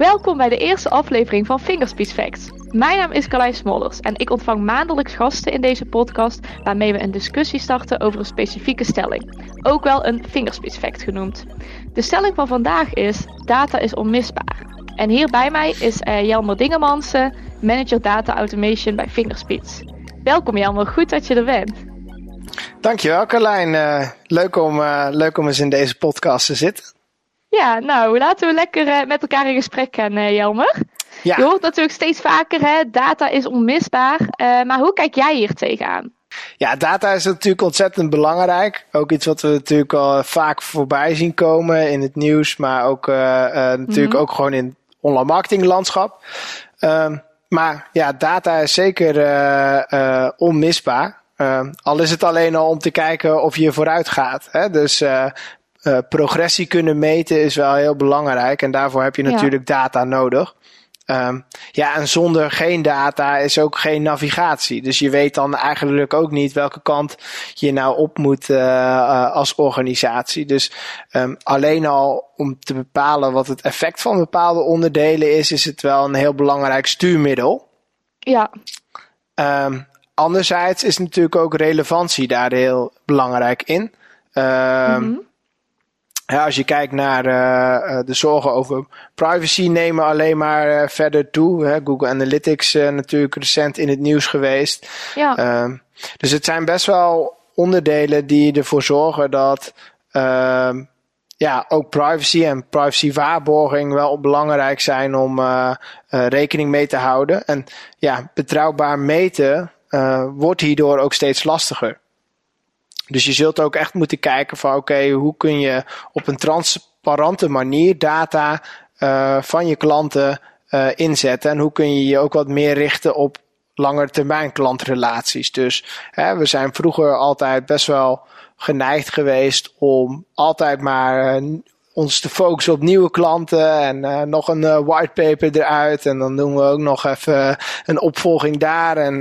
Welkom bij de eerste aflevering van Fingerspeech Facts. Mijn naam is Carlijn Smollers en ik ontvang maandelijks gasten in deze podcast waarmee we een discussie starten over een specifieke stelling. Ook wel een Fingerspeech Fact genoemd. De stelling van vandaag is: data is onmisbaar. En hier bij mij is Jelmer Dingemansen, manager data automation bij Fingerspeech. Welkom Jelmer, goed dat je er bent. Dankjewel Carlijn, leuk om eens in deze podcast te zitten. Ja, nou laten we lekker met elkaar in gesprek gaan, Jelmer. Ja. Je hoort natuurlijk steeds vaker, hè, data is onmisbaar. Maar hoe kijk jij hier tegenaan? Ja, data is natuurlijk ontzettend belangrijk. Ook iets wat we natuurlijk al vaak voorbij zien komen in het nieuws, maar ook natuurlijk ook gewoon in het online marketinglandschap. Maar ja, data is zeker onmisbaar. Al is het alleen al om te kijken of je vooruit gaat. Hè? Dus progressie kunnen meten is wel heel belangrijk en daarvoor heb je natuurlijk data nodig. En zonder geen data is ook geen navigatie. Dus je weet dan eigenlijk ook niet welke kant je nou op moet als organisatie. Dus alleen al om te bepalen wat het effect van bepaalde onderdelen is het wel een heel belangrijk stuurmiddel. Ja. Anderzijds is natuurlijk ook relevantie daar heel belangrijk in. Ja, als je kijkt naar de zorgen over privacy nemen alleen maar verder toe. Hè. Google Analytics natuurlijk recent in het nieuws geweest. Ja. Dus het zijn best wel onderdelen die ervoor zorgen dat ook privacy en privacywaarborging wel belangrijk zijn om rekening mee te houden. En ja, betrouwbaar meten wordt hierdoor ook steeds lastiger. Dus je zult ook echt moeten kijken van oké, hoe kun je op een transparante manier data van je klanten inzetten. En hoe kun je je ook wat meer richten op langetermijn klantrelaties. Dus we zijn vroeger altijd best wel geneigd geweest om altijd maar ons te focussen op nieuwe klanten en nog een whitepaper eruit en dan doen we ook nog even een opvolging daar en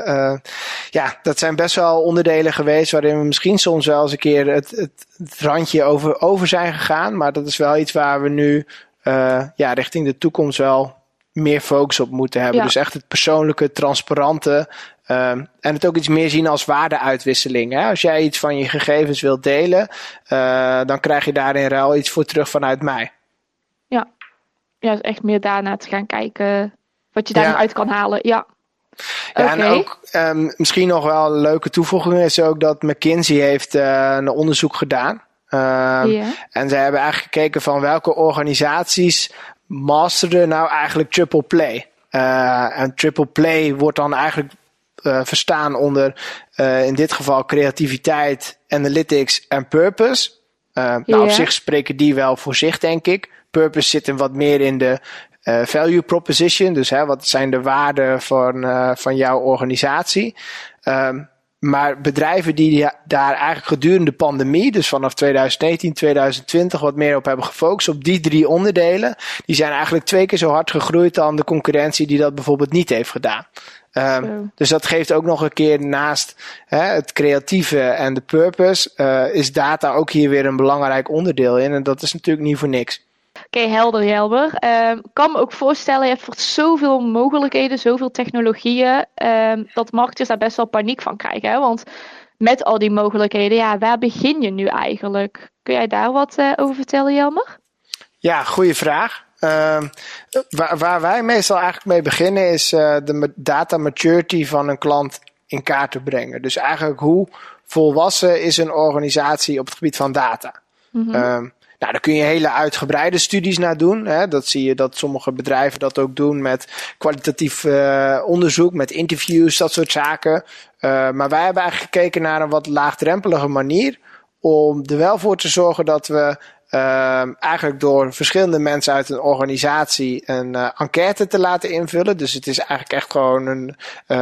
dat zijn best wel onderdelen geweest waarin we misschien soms wel eens een keer het randje over zijn gegaan, maar dat is wel iets waar we nu richting de toekomst wel meer focus op moeten hebben. Ja. Dus echt het persoonlijke, transparante en het ook iets meer zien als waardeuitwisseling. Hè? Als jij iets van je gegevens wilt delen, dan krijg je daar in ruil iets voor terug vanuit mij. Ja, dus echt meer daarna te gaan kijken wat je daar uit kan halen. Ja, en ook misschien nog wel een leuke toevoeging is ook dat McKinsey heeft een onderzoek gedaan. En zij hebben eigenlijk gekeken van welke organisaties masterden nou eigenlijk triple play. En triple play wordt dan eigenlijk verstaan onder in dit geval creativiteit, analytics en purpose. Op zich spreken die wel voor zich, denk ik. Purpose zit hem wat meer in de value proposition. Dus wat zijn de waarden van jouw organisatie. Maar bedrijven die daar eigenlijk gedurende de pandemie, dus vanaf 2019, 2020 wat meer op hebben gefocust, op die 3 onderdelen, die zijn eigenlijk 2 keer zo hard gegroeid dan de concurrentie die dat bijvoorbeeld niet heeft gedaan. Dus dat geeft ook nog een keer naast het creatieve en de purpose, is data ook hier weer een belangrijk onderdeel in. En dat is natuurlijk niet voor niks. Oké, helder Jelmer. Ik kan me ook voorstellen, je hebt zoveel mogelijkheden, zoveel technologieën, dat marketers daar best wel paniek van krijgen. Hè? Want met al die mogelijkheden, waar begin je nu eigenlijk? Kun jij daar wat over vertellen, Jelmer? Ja, goede vraag. Waar wij meestal eigenlijk mee beginnen is de data maturity van een klant in kaart te brengen. Dus eigenlijk hoe volwassen is een organisatie op het gebied van data? Daar kun je hele uitgebreide studies naar doen. Hè. Dat zie je dat sommige bedrijven dat ook doen met kwalitatief onderzoek, met interviews, dat soort zaken. Maar wij hebben eigenlijk gekeken naar een wat laagdrempelige manier om er wel voor te zorgen dat we eigenlijk door verschillende mensen uit een organisatie een enquête te laten invullen. Dus het is eigenlijk echt gewoon een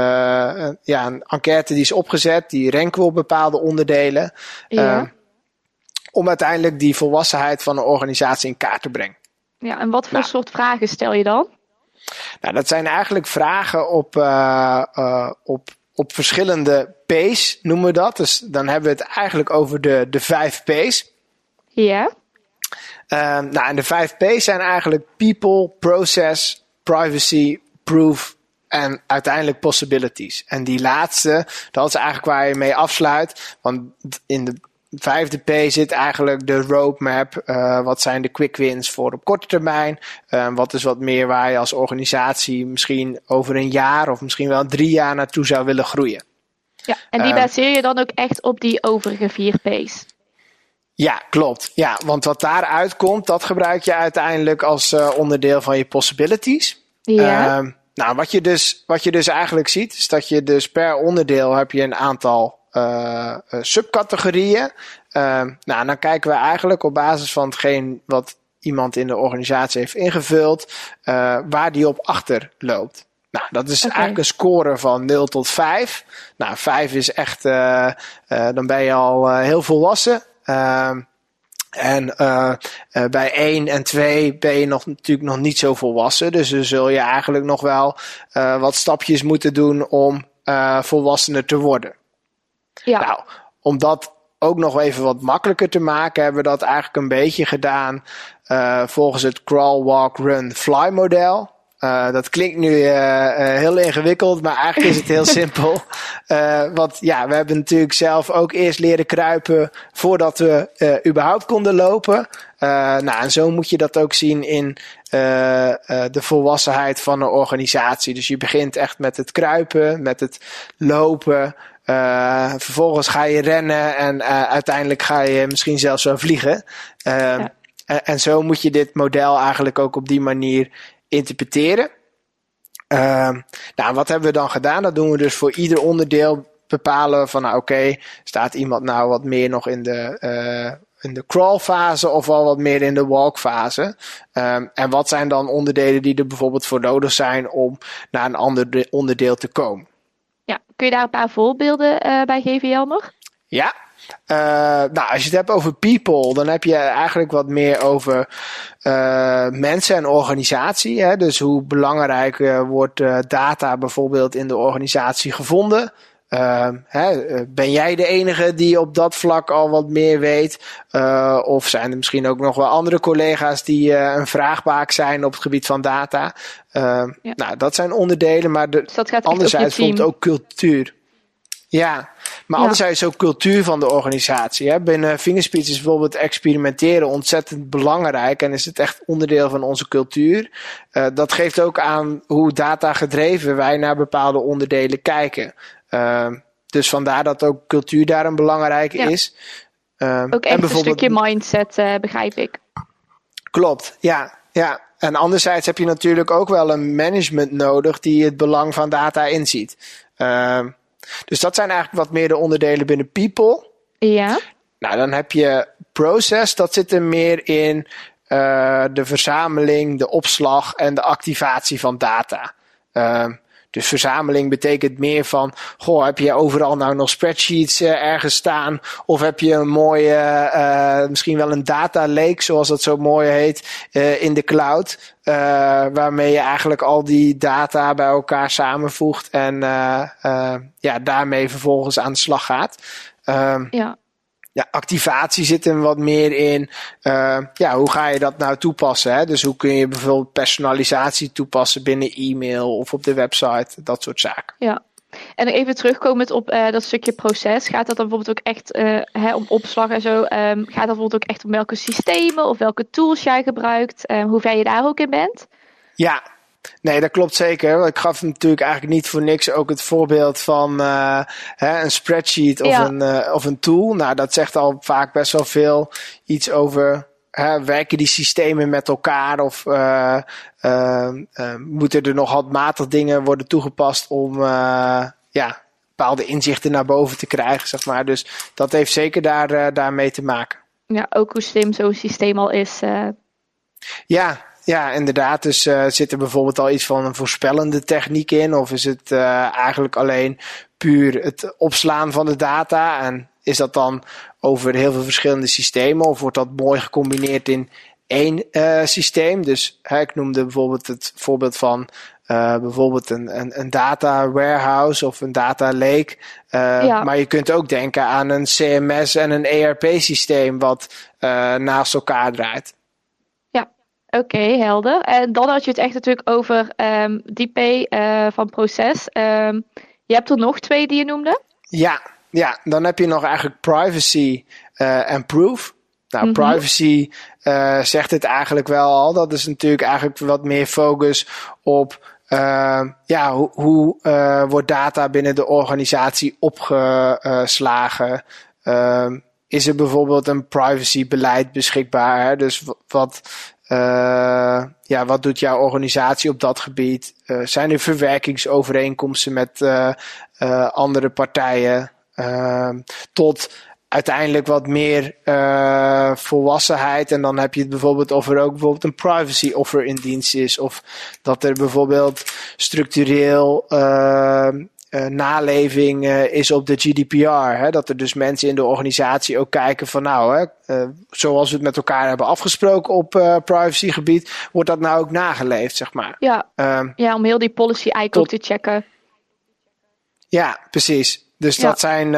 enquête die is opgezet, die ranken we op bepaalde onderdelen. Om uiteindelijk die volwassenheid van een organisatie in kaart te brengen. Ja, en wat voor soort vragen stel je dan? Nou, dat zijn eigenlijk vragen op verschillende P's, noemen we dat. Dus dan hebben we het eigenlijk over de 5 P's. Ja. En de 5 P's zijn eigenlijk people, process, privacy, proof en uiteindelijk possibilities. En die laatste, dat is eigenlijk waar je mee afsluit. Want in de 5e P zit eigenlijk de roadmap. Wat zijn de quick wins voor op korte termijn? Wat is wat meer waar je als organisatie misschien over een jaar of misschien wel 3 jaar naartoe zou willen groeien? Ja, en die baseer je dan ook echt op die overige 4 P's? Ja, klopt. Ja, want wat daaruit komt, dat gebruik je uiteindelijk als onderdeel van je possibilities. Ja. Wat je dus eigenlijk ziet, is dat je dus per onderdeel heb je een aantal subcategorieën. Dan kijken we eigenlijk op basis van hetgeen wat iemand in de organisatie heeft ingevuld, waar die op achter loopt. Nou, dat is eigenlijk een score van 0 tot 5. Nou, 5 is echt, dan ben je al heel volwassen. Bij 1 en 2 ben je natuurlijk nog niet zo volwassen. Dus dan zul je eigenlijk nog wel wat stapjes moeten doen om volwassener te worden. Ja. Nou, om dat ook nog even wat makkelijker te maken, hebben we dat eigenlijk een beetje gedaan volgens het crawl, walk, run, fly model. Dat klinkt nu heel ingewikkeld, maar eigenlijk is het heel simpel. Want we hebben natuurlijk zelf ook eerst leren kruipen voordat we überhaupt konden lopen. En zo moet je dat ook zien in de volwassenheid van een organisatie. Dus je begint echt met het kruipen, met het lopen. Vervolgens ga je rennen en uiteindelijk ga je misschien zelfs wel vliegen. En zo moet je dit model eigenlijk ook op die manier interpreteren. Wat hebben we dan gedaan? Dat doen we dus voor ieder onderdeel bepalen van staat iemand nou wat meer nog in de crawl fase of al wat meer in de walk fase? En wat zijn dan onderdelen die er bijvoorbeeld voor nodig zijn om naar een ander onderdeel te komen? Ja, kun je daar een paar voorbeelden bij geven, Jelmer? Ja. Als je het hebt over people, dan heb je eigenlijk wat meer over mensen en organisatie. Hè? Dus hoe belangrijk wordt data bijvoorbeeld in de organisatie gevonden? Ben jij de enige die op dat vlak al wat meer weet? Of zijn er misschien ook nog wel andere collega's die een vraagbaak zijn op het gebied van data? Dat zijn onderdelen, maar dus dat gaat anderzijds bijvoorbeeld ook cultuur. Ja, maar anderzijds ook cultuur van de organisatie. Hè? Binnen Fingerspeech is bijvoorbeeld experimenteren ontzettend belangrijk en is het echt onderdeel van onze cultuur. Dat geeft ook aan hoe data gedreven wij naar bepaalde onderdelen kijken. Dus vandaar dat ook cultuur daarin belangrijk is. Ook echt een stukje mindset, begrijp ik. Klopt, ja. En anderzijds heb je natuurlijk ook wel een management nodig die het belang van data inziet. Dus dat zijn eigenlijk wat meer de onderdelen binnen people. Ja. Nou, dan heb je process. Dat zit er meer in de verzameling, de opslag en de activatie van data. Dus verzameling betekent meer van, heb je overal nou nog spreadsheets ergens staan? Of heb je een mooie, misschien wel een data lake, zoals dat zo mooi heet, in de cloud. Waarmee je eigenlijk al die data bij elkaar samenvoegt en daarmee vervolgens aan de slag gaat. Activatie zit er wat meer in. Hoe ga je dat nou toepassen? Hè? Dus hoe kun je bijvoorbeeld personalisatie toepassen binnen e-mail of op de website, dat soort zaken. Ja. En nog even terugkomend op dat stukje proces. Gaat dat dan bijvoorbeeld ook echt om opslag en zo? Gaat dat bijvoorbeeld ook echt om welke systemen of welke tools jij gebruikt? Hoe ver je daar ook in bent? Ja, nee, dat klopt zeker. Ik gaf natuurlijk eigenlijk niet voor niks ook het voorbeeld van een spreadsheet of een tool. Nou, dat zegt al vaak best wel veel iets over werken die systemen met elkaar of moeten er nog handmatig dingen worden toegepast om bepaalde inzichten naar boven te krijgen, zeg maar. Dus dat heeft zeker daarmee te maken. Ja, ook hoe slim zo'n systeem al is. Ja, inderdaad. Dus zit er bijvoorbeeld al iets van een voorspellende techniek in? Of is het eigenlijk alleen puur het opslaan van de data? En is dat dan over heel veel verschillende systemen? Of wordt dat mooi gecombineerd in één systeem? Dus ik noemde bijvoorbeeld het voorbeeld van bijvoorbeeld een data warehouse of een data lake. Maar je kunt ook denken aan een CMS en een ERP systeem wat naast elkaar draait. Oké, helder. En dan had je het echt natuurlijk over die P van proces. Je hebt er nog 2 die je noemde. Ja, dan heb je nog eigenlijk privacy en proof. Nou, Mhm. privacy zegt het eigenlijk wel al. Dat is natuurlijk eigenlijk wat meer focus op hoe wordt data binnen de organisatie opgeslagen. Is er bijvoorbeeld een privacybeleid beschikbaar? Hè? Dus wat doet jouw organisatie op dat gebied? Zijn er verwerkingsovereenkomsten met andere partijen? Tot uiteindelijk wat meer volwassenheid. En dan heb je het bijvoorbeeld of er ook bijvoorbeeld een privacy offer in dienst is. Of dat er bijvoorbeeld structureel naleving is op de GDPR. Hè? Dat er dus mensen in de organisatie ook kijken van zoals we het met elkaar hebben afgesproken op privacygebied, wordt dat nou ook nageleefd, zeg maar. Ja, om heel die policy eigenlijk ook te checken. Ja, precies. Dus dat zijn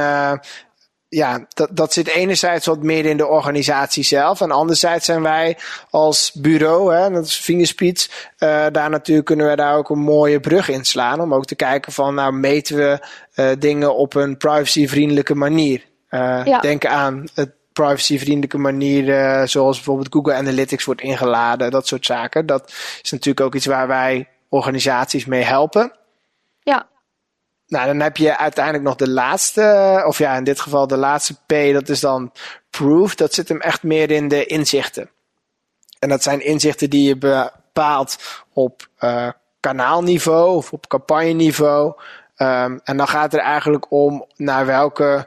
dat zit enerzijds wat meer in de organisatie zelf. En anderzijds zijn wij als bureau, dat is Fingerspits, daar natuurlijk kunnen we daar ook een mooie brug in slaan. Om ook te kijken van, meten we dingen op een privacyvriendelijke manier. Denk aan het privacyvriendelijke manier zoals bijvoorbeeld Google Analytics wordt ingeladen. Dat soort zaken. Dat is natuurlijk ook iets waar wij organisaties mee helpen. Ja. Nou, dan heb je uiteindelijk nog de laatste, of in dit geval de laatste P, dat is dan proof. Dat zit hem echt meer in de inzichten. En dat zijn inzichten die je bepaalt op kanaalniveau of op campagneniveau. En dan gaat het er eigenlijk om naar welke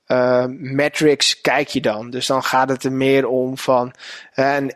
metrics kijk je dan. Dus dan gaat het er meer om van een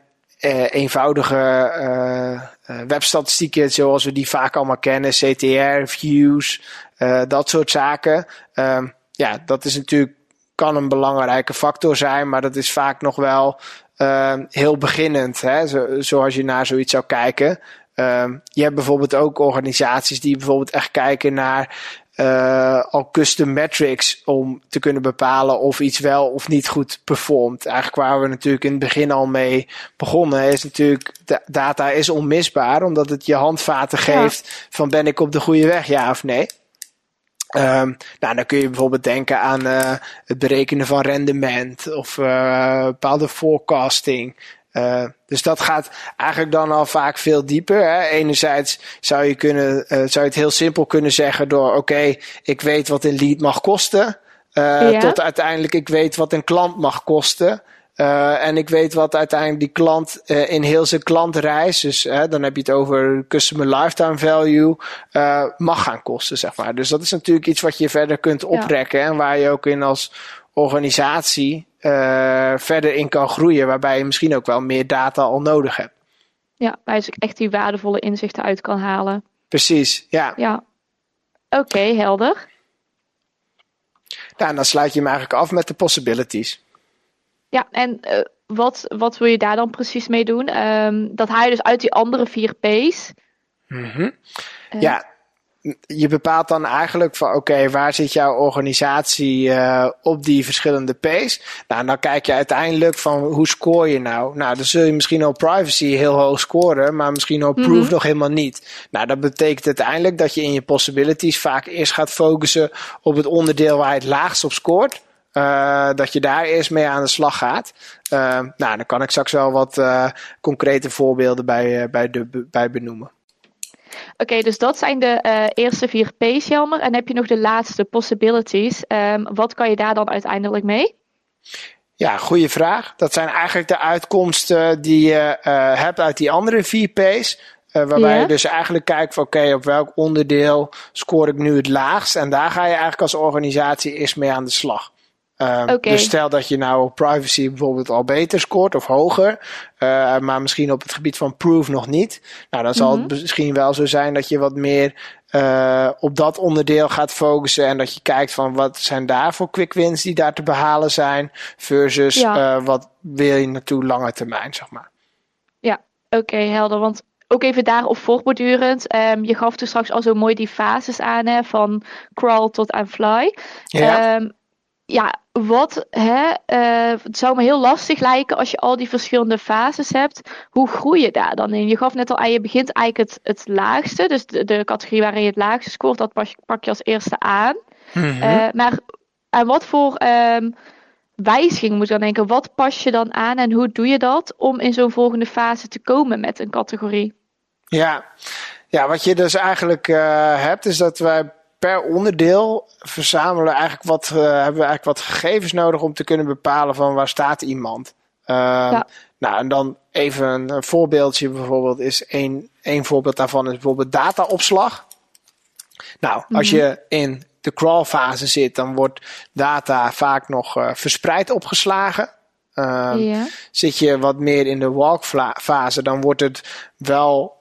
eenvoudige webstatistieken zoals we die vaak allemaal kennen. CTR, views, dat soort zaken. Dat is natuurlijk, kan een belangrijke factor zijn, maar dat is vaak nog wel heel beginnend. Hè? Zoals je naar zoiets zou kijken. Je hebt bijvoorbeeld ook organisaties die bijvoorbeeld echt kijken naar al custom metrics om te kunnen bepalen of iets wel of niet goed performt. Eigenlijk waar we natuurlijk in het begin al mee begonnen is natuurlijk, data is onmisbaar omdat het je handvaten geeft van ben ik op de goede weg, ja of nee. Dan kun je bijvoorbeeld denken aan het berekenen van rendement of bepaalde forecasting. Dus dat gaat eigenlijk dan al vaak veel dieper. Hè. Enerzijds zou je het heel simpel kunnen zeggen door oké, ik weet wat een lead mag kosten. Tot uiteindelijk ik weet wat een klant mag kosten. En ik weet wat uiteindelijk die klant in heel zijn klantreis, dus dan heb je het over customer lifetime value, mag gaan kosten, zeg maar. Dus dat is natuurlijk iets wat je verder kunt oprekken en waar je ook in als organisatie verder in kan groeien, waarbij je misschien ook wel meer data al nodig hebt. Ja, waar je echt die waardevolle inzichten uit kan halen. Precies, ja. Oké, helder. Nou, en dan sluit je hem eigenlijk af met de possibilities. Ja, en wat wil je daar dan precies mee doen? Dat haal je dus uit die andere 4 P's. Je bepaalt dan eigenlijk van oké, waar zit jouw organisatie op die verschillende P's? Nou, dan kijk je uiteindelijk van hoe scoor je nou? Nou, dan zul je misschien al privacy heel hoog scoren, maar misschien al proof nog helemaal niet. Nou, dat betekent uiteindelijk dat je in je possibilities vaak eerst gaat focussen op het onderdeel waar je het laagst op scoort. Dat je daar eerst mee aan de slag gaat. Dan kan ik straks wel wat concrete voorbeelden bij benoemen. Oké, dus dat zijn de eerste 4 P's, Jelmer. En heb je nog de laatste possibilities. Wat kan je daar dan uiteindelijk mee? Ja, goede vraag. Dat zijn eigenlijk de uitkomsten die je hebt uit die andere 4 P's. Waarbij je dus eigenlijk kijkt van oké, op welk onderdeel scoor ik nu het laagst. En daar ga je eigenlijk als organisatie eerst mee aan de slag. Dus stel dat je nou op privacy bijvoorbeeld al beter scoort of hoger, maar misschien op het gebied van proof nog niet. Nou, dan zal het misschien wel zo zijn dat je wat meer op dat onderdeel gaat focussen en dat je kijkt van wat zijn daar voor quick wins die daar te behalen zijn versus wat wil je naartoe lange termijn, zeg maar. Ja, oké, helder. Want ook even daarop voortbordurend. Je gaf toen straks al zo mooi die fases aan, hè, van crawl tot aan fly. het zou me heel lastig lijken als je al die verschillende fases hebt. Hoe groei je daar dan in? Je gaf net al aan, je begint eigenlijk het laagste. Dus de categorie waarin je het laagste scoort, dat pak je als eerste aan. Mhm. Maar aan wat voor wijzigingen moet je dan denken? Wat pas je dan aan en hoe doe je dat om in zo'n volgende fase te komen met een categorie? Ja, wat je dus eigenlijk hebt, is dat wij per onderdeel verzamelen eigenlijk hebben we eigenlijk wat gegevens nodig om te kunnen bepalen van waar staat iemand. Nou, en dan even een voorbeeldje bijvoorbeeld is één voorbeeld daarvan is bijvoorbeeld dataopslag. Nou, als je in de crawl-fase zit, dan wordt data vaak nog verspreid opgeslagen. Zit je wat meer in de walk-fase, dan wordt het wel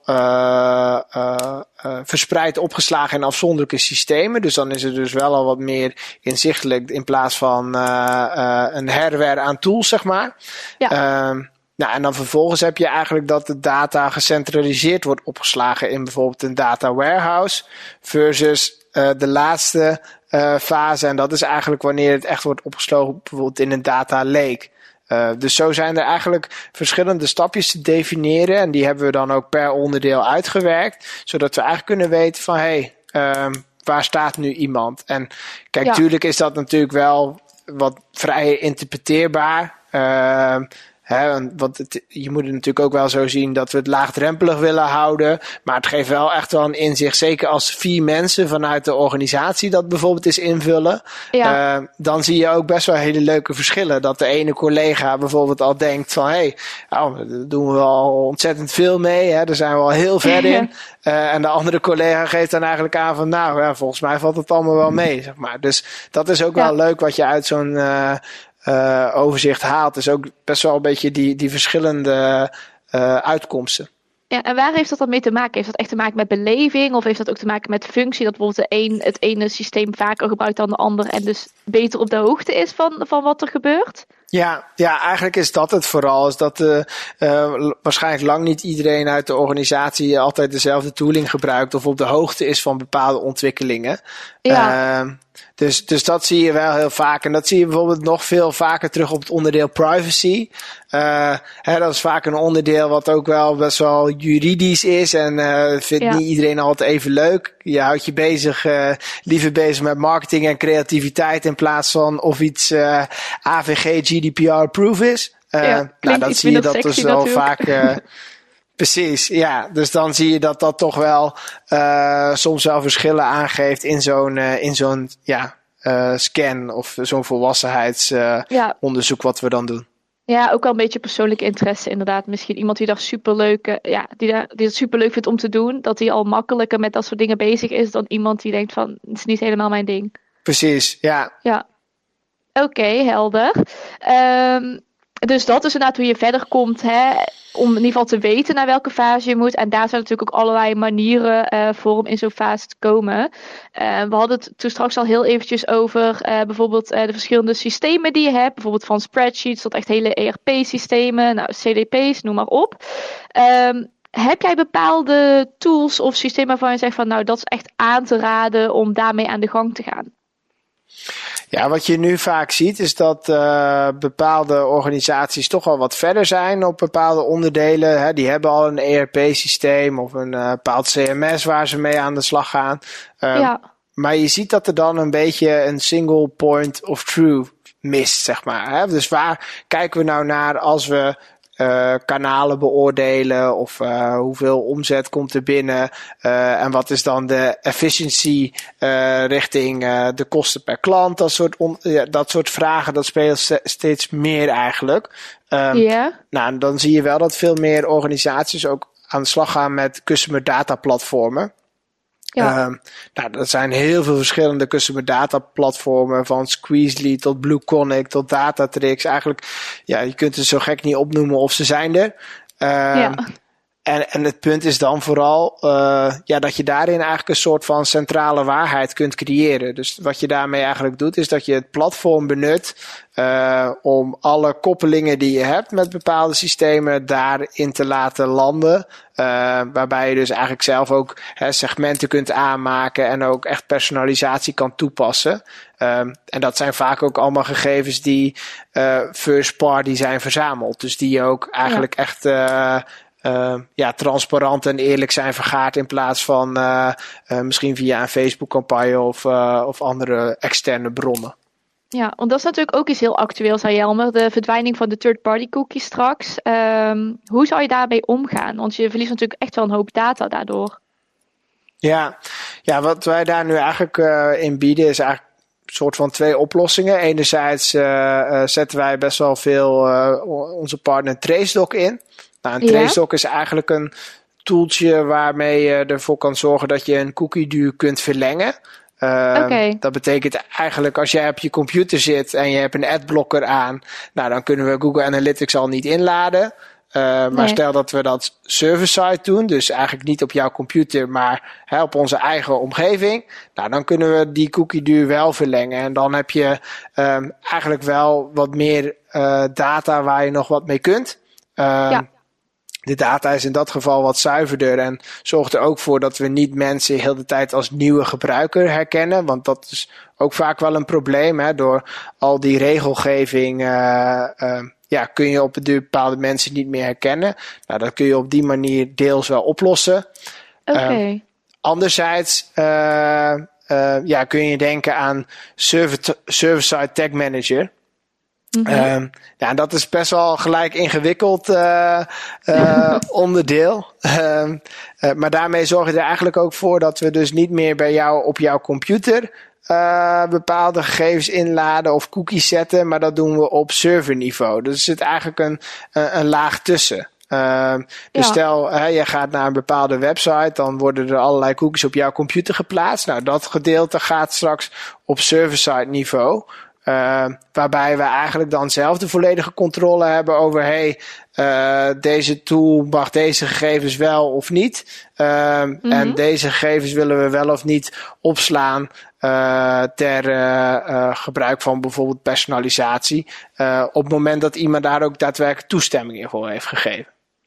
verspreid opgeslagen in afzonderlijke systemen. Dus dan is het dus wel al wat meer inzichtelijk in plaats van een herwer aan tools, zeg maar. Nou, en dan vervolgens heb je eigenlijk dat de data gecentraliseerd wordt opgeslagen in bijvoorbeeld een data warehouse versus de laatste fase. En dat is eigenlijk wanneer het echt wordt opgesloten bijvoorbeeld in een data lake. Dus zo zijn er eigenlijk verschillende stapjes te definiëren. En die hebben we dan ook per onderdeel uitgewerkt. Zodat we eigenlijk kunnen weten van waar staat nu iemand? En kijk, tuurlijk is dat natuurlijk wel wat vrij interpreteerbaar. Want je moet het natuurlijk ook wel zo zien dat we het laagdrempelig willen houden. Maar het geeft wel echt wel een inzicht. Zeker als 4 mensen vanuit de organisatie dat bijvoorbeeld eens invullen. Dan zie je ook best wel hele leuke verschillen. Dat de ene collega bijvoorbeeld al denkt van daar doen we al ontzettend veel mee. Hè, daar zijn we al heel ver in. En de andere collega geeft dan eigenlijk aan van volgens mij valt het allemaal wel mee. Zeg maar. Dus dat is ook wel leuk wat je uit zo'n overzicht haalt. Dus ook best wel een beetje die verschillende uitkomsten. Ja, en waar heeft dat dan mee te maken? Heeft dat echt te maken met beleving? Of heeft dat ook te maken met functie? Dat bijvoorbeeld het ene systeem vaker gebruikt dan de ander en dus beter op de hoogte is van wat er gebeurt? Ja, eigenlijk is dat het vooral. Is dat waarschijnlijk lang niet iedereen uit de organisatie altijd dezelfde tooling gebruikt of op de hoogte is van bepaalde ontwikkelingen. Dus dat zie je wel heel vaak. En dat zie je bijvoorbeeld nog veel vaker terug op het onderdeel privacy. Dat is vaak een onderdeel wat ook wel best wel juridisch is. En vindt niet iedereen altijd even leuk. Je houdt je liever bezig met marketing en creativiteit in plaats van of iets AVG GDPR-proof is. Dan zie je dat dus wel vaak. Precies, ja. Dus dan zie je dat toch wel soms wel verschillen aangeeft in zo'n scan of zo'n volwassenheidsonderzoek wat we dan doen. Ja, ook wel een beetje persoonlijke interesse inderdaad. Misschien iemand die dat superleuk vindt om te doen. Dat hij al makkelijker met dat soort dingen bezig is dan iemand die denkt van, het is niet helemaal mijn ding. Precies, ja. Ja. Oké, helder. Dus dat is inderdaad hoe je verder komt, om in ieder geval te weten naar welke fase je moet. En daar zijn natuurlijk ook allerlei manieren voor om in zo'n fase te komen. We hadden het toen straks al heel eventjes over bijvoorbeeld de verschillende systemen die je hebt. Bijvoorbeeld van spreadsheets tot echt hele ERP-systemen, CDP's, noem maar op. Heb jij bepaalde tools of systemen waarvan je zegt van dat is echt aan te raden om daarmee aan de gang te gaan? Ja, wat je nu vaak ziet is dat bepaalde organisaties toch al wat verder zijn op bepaalde onderdelen. Die hebben al een ERP-systeem of een bepaald CMS waar ze mee aan de slag gaan. Maar je ziet dat er dan een beetje een single point of truth mist, zeg maar. Dus waar kijken we nou naar als we kanalen beoordelen of hoeveel omzet komt er binnen en wat is dan de efficiency richting de kosten per klant, dat soort vragen, dat speelt steeds meer eigenlijk. Nou, dan zie je wel dat veel meer organisaties ook aan de slag gaan met customer data platformen. Er zijn heel veel verschillende customer data platformen, van Squeezely tot BlueConnect tot Datatrix. Eigenlijk, je kunt het zo gek niet opnoemen of ze zijn er. En het punt is dan vooral dat je daarin eigenlijk een soort van centrale waarheid kunt creëren. Dus wat je daarmee eigenlijk doet, is dat je het platform benut om alle koppelingen die je hebt met bepaalde systemen daarin te laten landen. Waarbij je dus eigenlijk zelf ook segmenten kunt aanmaken en ook echt personalisatie kan toepassen. En dat zijn vaak ook allemaal gegevens die first party zijn verzameld. Dus die ook eigenlijk echt transparant en eerlijk zijn vergaard in plaats van misschien via een Facebook campagne of andere externe bronnen. Ja, want dat is natuurlijk ook iets heel actueels, Jelmer. De verdwijning van de third-party cookies straks. Hoe zou je daarbij omgaan? Want je verliest natuurlijk echt wel een hoop data daardoor. Ja, wat wij daar nu eigenlijk in bieden is eigenlijk een soort van 2 oplossingen. Enerzijds zetten wij best wel veel onze partner TraceDoc in. Nou, een TraceDoc is eigenlijk een tooltje waarmee je ervoor kan zorgen dat je een cookieduur kunt verlengen. Dat betekent eigenlijk als jij op je computer zit en je hebt een adblocker aan, nou dan kunnen we Google Analytics al niet inladen. Maar stel dat we dat server-side doen, dus eigenlijk niet op jouw computer, maar op onze eigen omgeving. Nou, dan kunnen we die cookieduur wel verlengen. En dan heb je eigenlijk wel wat meer data waar je nog wat mee kunt. De data is in dat geval wat zuiverder en zorgt er ook voor dat we niet mensen heel de tijd als nieuwe gebruiker herkennen. Want dat is ook vaak wel een probleem. Door al die regelgeving kun je op de bepaalde mensen niet meer herkennen. Nou, dat kun je op die manier deels wel oplossen. Anderzijds kun je denken aan Server-Side Tag Manager. En dat is best wel gelijk ingewikkeld onderdeel. Maar daarmee zorg je er eigenlijk ook voor dat we dus niet meer bij jou op jouw computer bepaalde gegevens inladen of cookies zetten, maar dat doen we op serverniveau. Dus er zit eigenlijk een laag tussen. Dus stel, je gaat naar een bepaalde website, dan worden er allerlei cookies op jouw computer geplaatst. Nou, dat gedeelte gaat straks op server-side niveau. Waarbij we eigenlijk dan zelf de volledige controle hebben over deze tool mag deze gegevens wel of niet. En deze gegevens willen we wel of niet opslaan ter gebruik van bijvoorbeeld personalisatie. Op het moment dat iemand daar ook daadwerkelijk toestemming in voor heeft gegeven.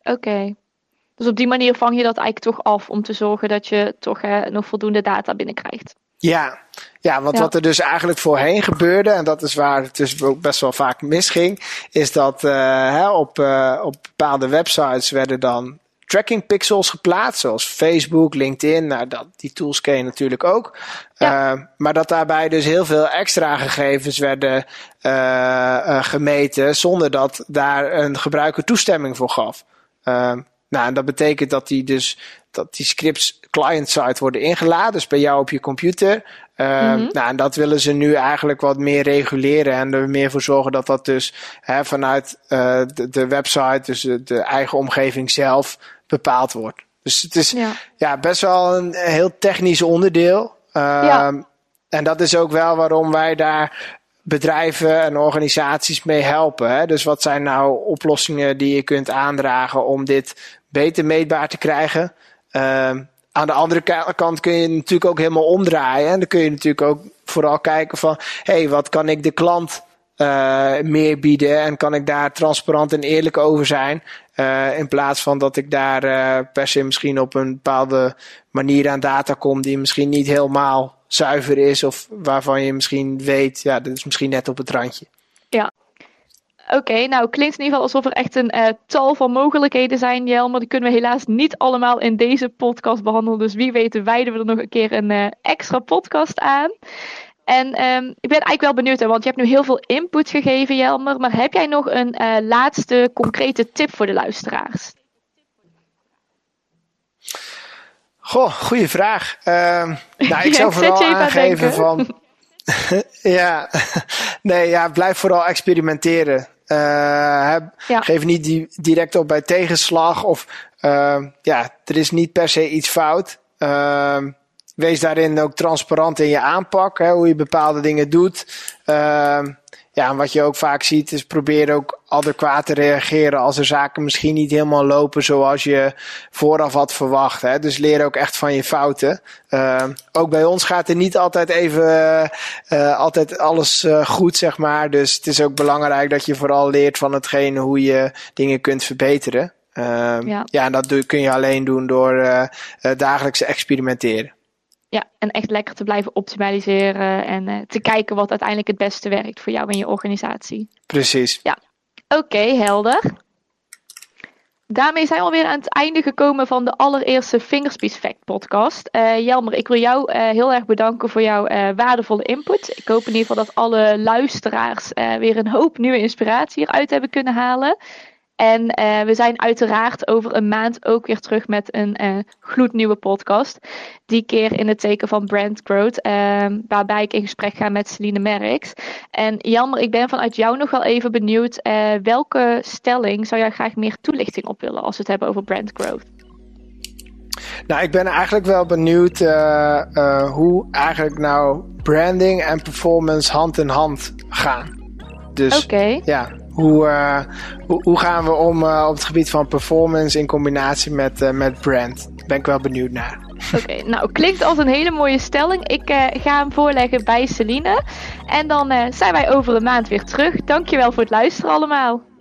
Dus op die manier vang je dat eigenlijk toch af om te zorgen dat je toch nog voldoende data binnenkrijgt. Ja, want wat er dus eigenlijk voorheen gebeurde, en dat is waar het dus ook best wel vaak misging, is dat op bepaalde websites werden dan tracking pixels geplaatst, zoals Facebook, LinkedIn, nou die tools ken je natuurlijk ook. Maar dat daarbij dus heel veel extra gegevens werden gemeten, zonder dat daar een gebruiker toestemming voor gaf. En dat betekent dat die scripts client-side worden ingeladen, dus bij jou op je computer. En dat willen ze nu eigenlijk wat meer reguleren en er meer voor zorgen dat dat dus vanuit de website, dus de eigen omgeving zelf, bepaald wordt. Dus het is best wel een heel technisch onderdeel. En dat is ook wel waarom wij daar bedrijven en organisaties mee helpen. Dus wat zijn nou oplossingen die je kunt aandragen om dit beter meetbaar te krijgen? Aan de andere kant kun je natuurlijk ook helemaal omdraaien. En dan kun je natuurlijk ook vooral kijken van, wat kan ik de klant meer bieden en kan ik daar transparant en eerlijk over zijn, in plaats van dat ik daar per se misschien op een bepaalde manier aan data kom die misschien niet helemaal zuiver is of waarvan je misschien weet, dit is misschien net op het randje. Nou klinkt in ieder geval alsof er echt een tal van mogelijkheden zijn, Jelmer. Die kunnen we helaas niet allemaal in deze podcast behandelen. Dus wie weet wijden we er nog een keer een extra podcast aan. En ik ben eigenlijk wel benieuwd, want je hebt nu heel veel input gegeven, Jelmer. Maar heb jij nog een laatste concrete tip voor de luisteraars? Goeie vraag. Ik zou vooral aangeven van blijf vooral experimenteren. Geef niet direct op bij tegenslag of er is niet per se iets fout. Wees daarin ook transparant in je aanpak, hoe je bepaalde dingen doet. en wat je ook vaak ziet is probeer ook adequaat te reageren als er zaken misschien niet helemaal lopen zoals je vooraf had verwacht. Hè? Dus leer ook echt van je fouten. Ook bij ons gaat er niet altijd altijd alles goed, zeg maar. Dus het is ook belangrijk dat je vooral leert van hetgene hoe je dingen kunt verbeteren. En dat kun je alleen doen door dagelijks te experimenteren. Ja, en echt lekker te blijven optimaliseren en te kijken wat uiteindelijk het beste werkt voor jou en je organisatie. Precies. Ja, oké, helder. Daarmee zijn we alweer aan het einde gekomen van de allereerste Fingerspeech Fact podcast. Jelmer, ik wil jou heel erg bedanken voor jouw waardevolle input. Ik hoop in ieder geval dat alle luisteraars weer een hoop nieuwe inspiratie hieruit hebben kunnen halen. En we zijn uiteraard over een maand ook weer terug met een gloednieuwe podcast. Die keer in het teken van brand growth, waarbij ik in gesprek ga met Celine Merks. En Jelmer, ik ben vanuit jou nog wel even benieuwd, welke stelling zou jij graag meer toelichting op willen als we het hebben over brand growth? Nou, ik ben eigenlijk wel benieuwd hoe eigenlijk nou branding en performance hand in hand gaan. Dus ja, hoe gaan we om op het gebied van performance in combinatie met brand? Daar ben ik wel benieuwd naar. Oké, nou klinkt als een hele mooie stelling. Ik ga hem voorleggen bij Celine. En dan zijn wij over een maand weer terug. Dankjewel voor het luisteren allemaal.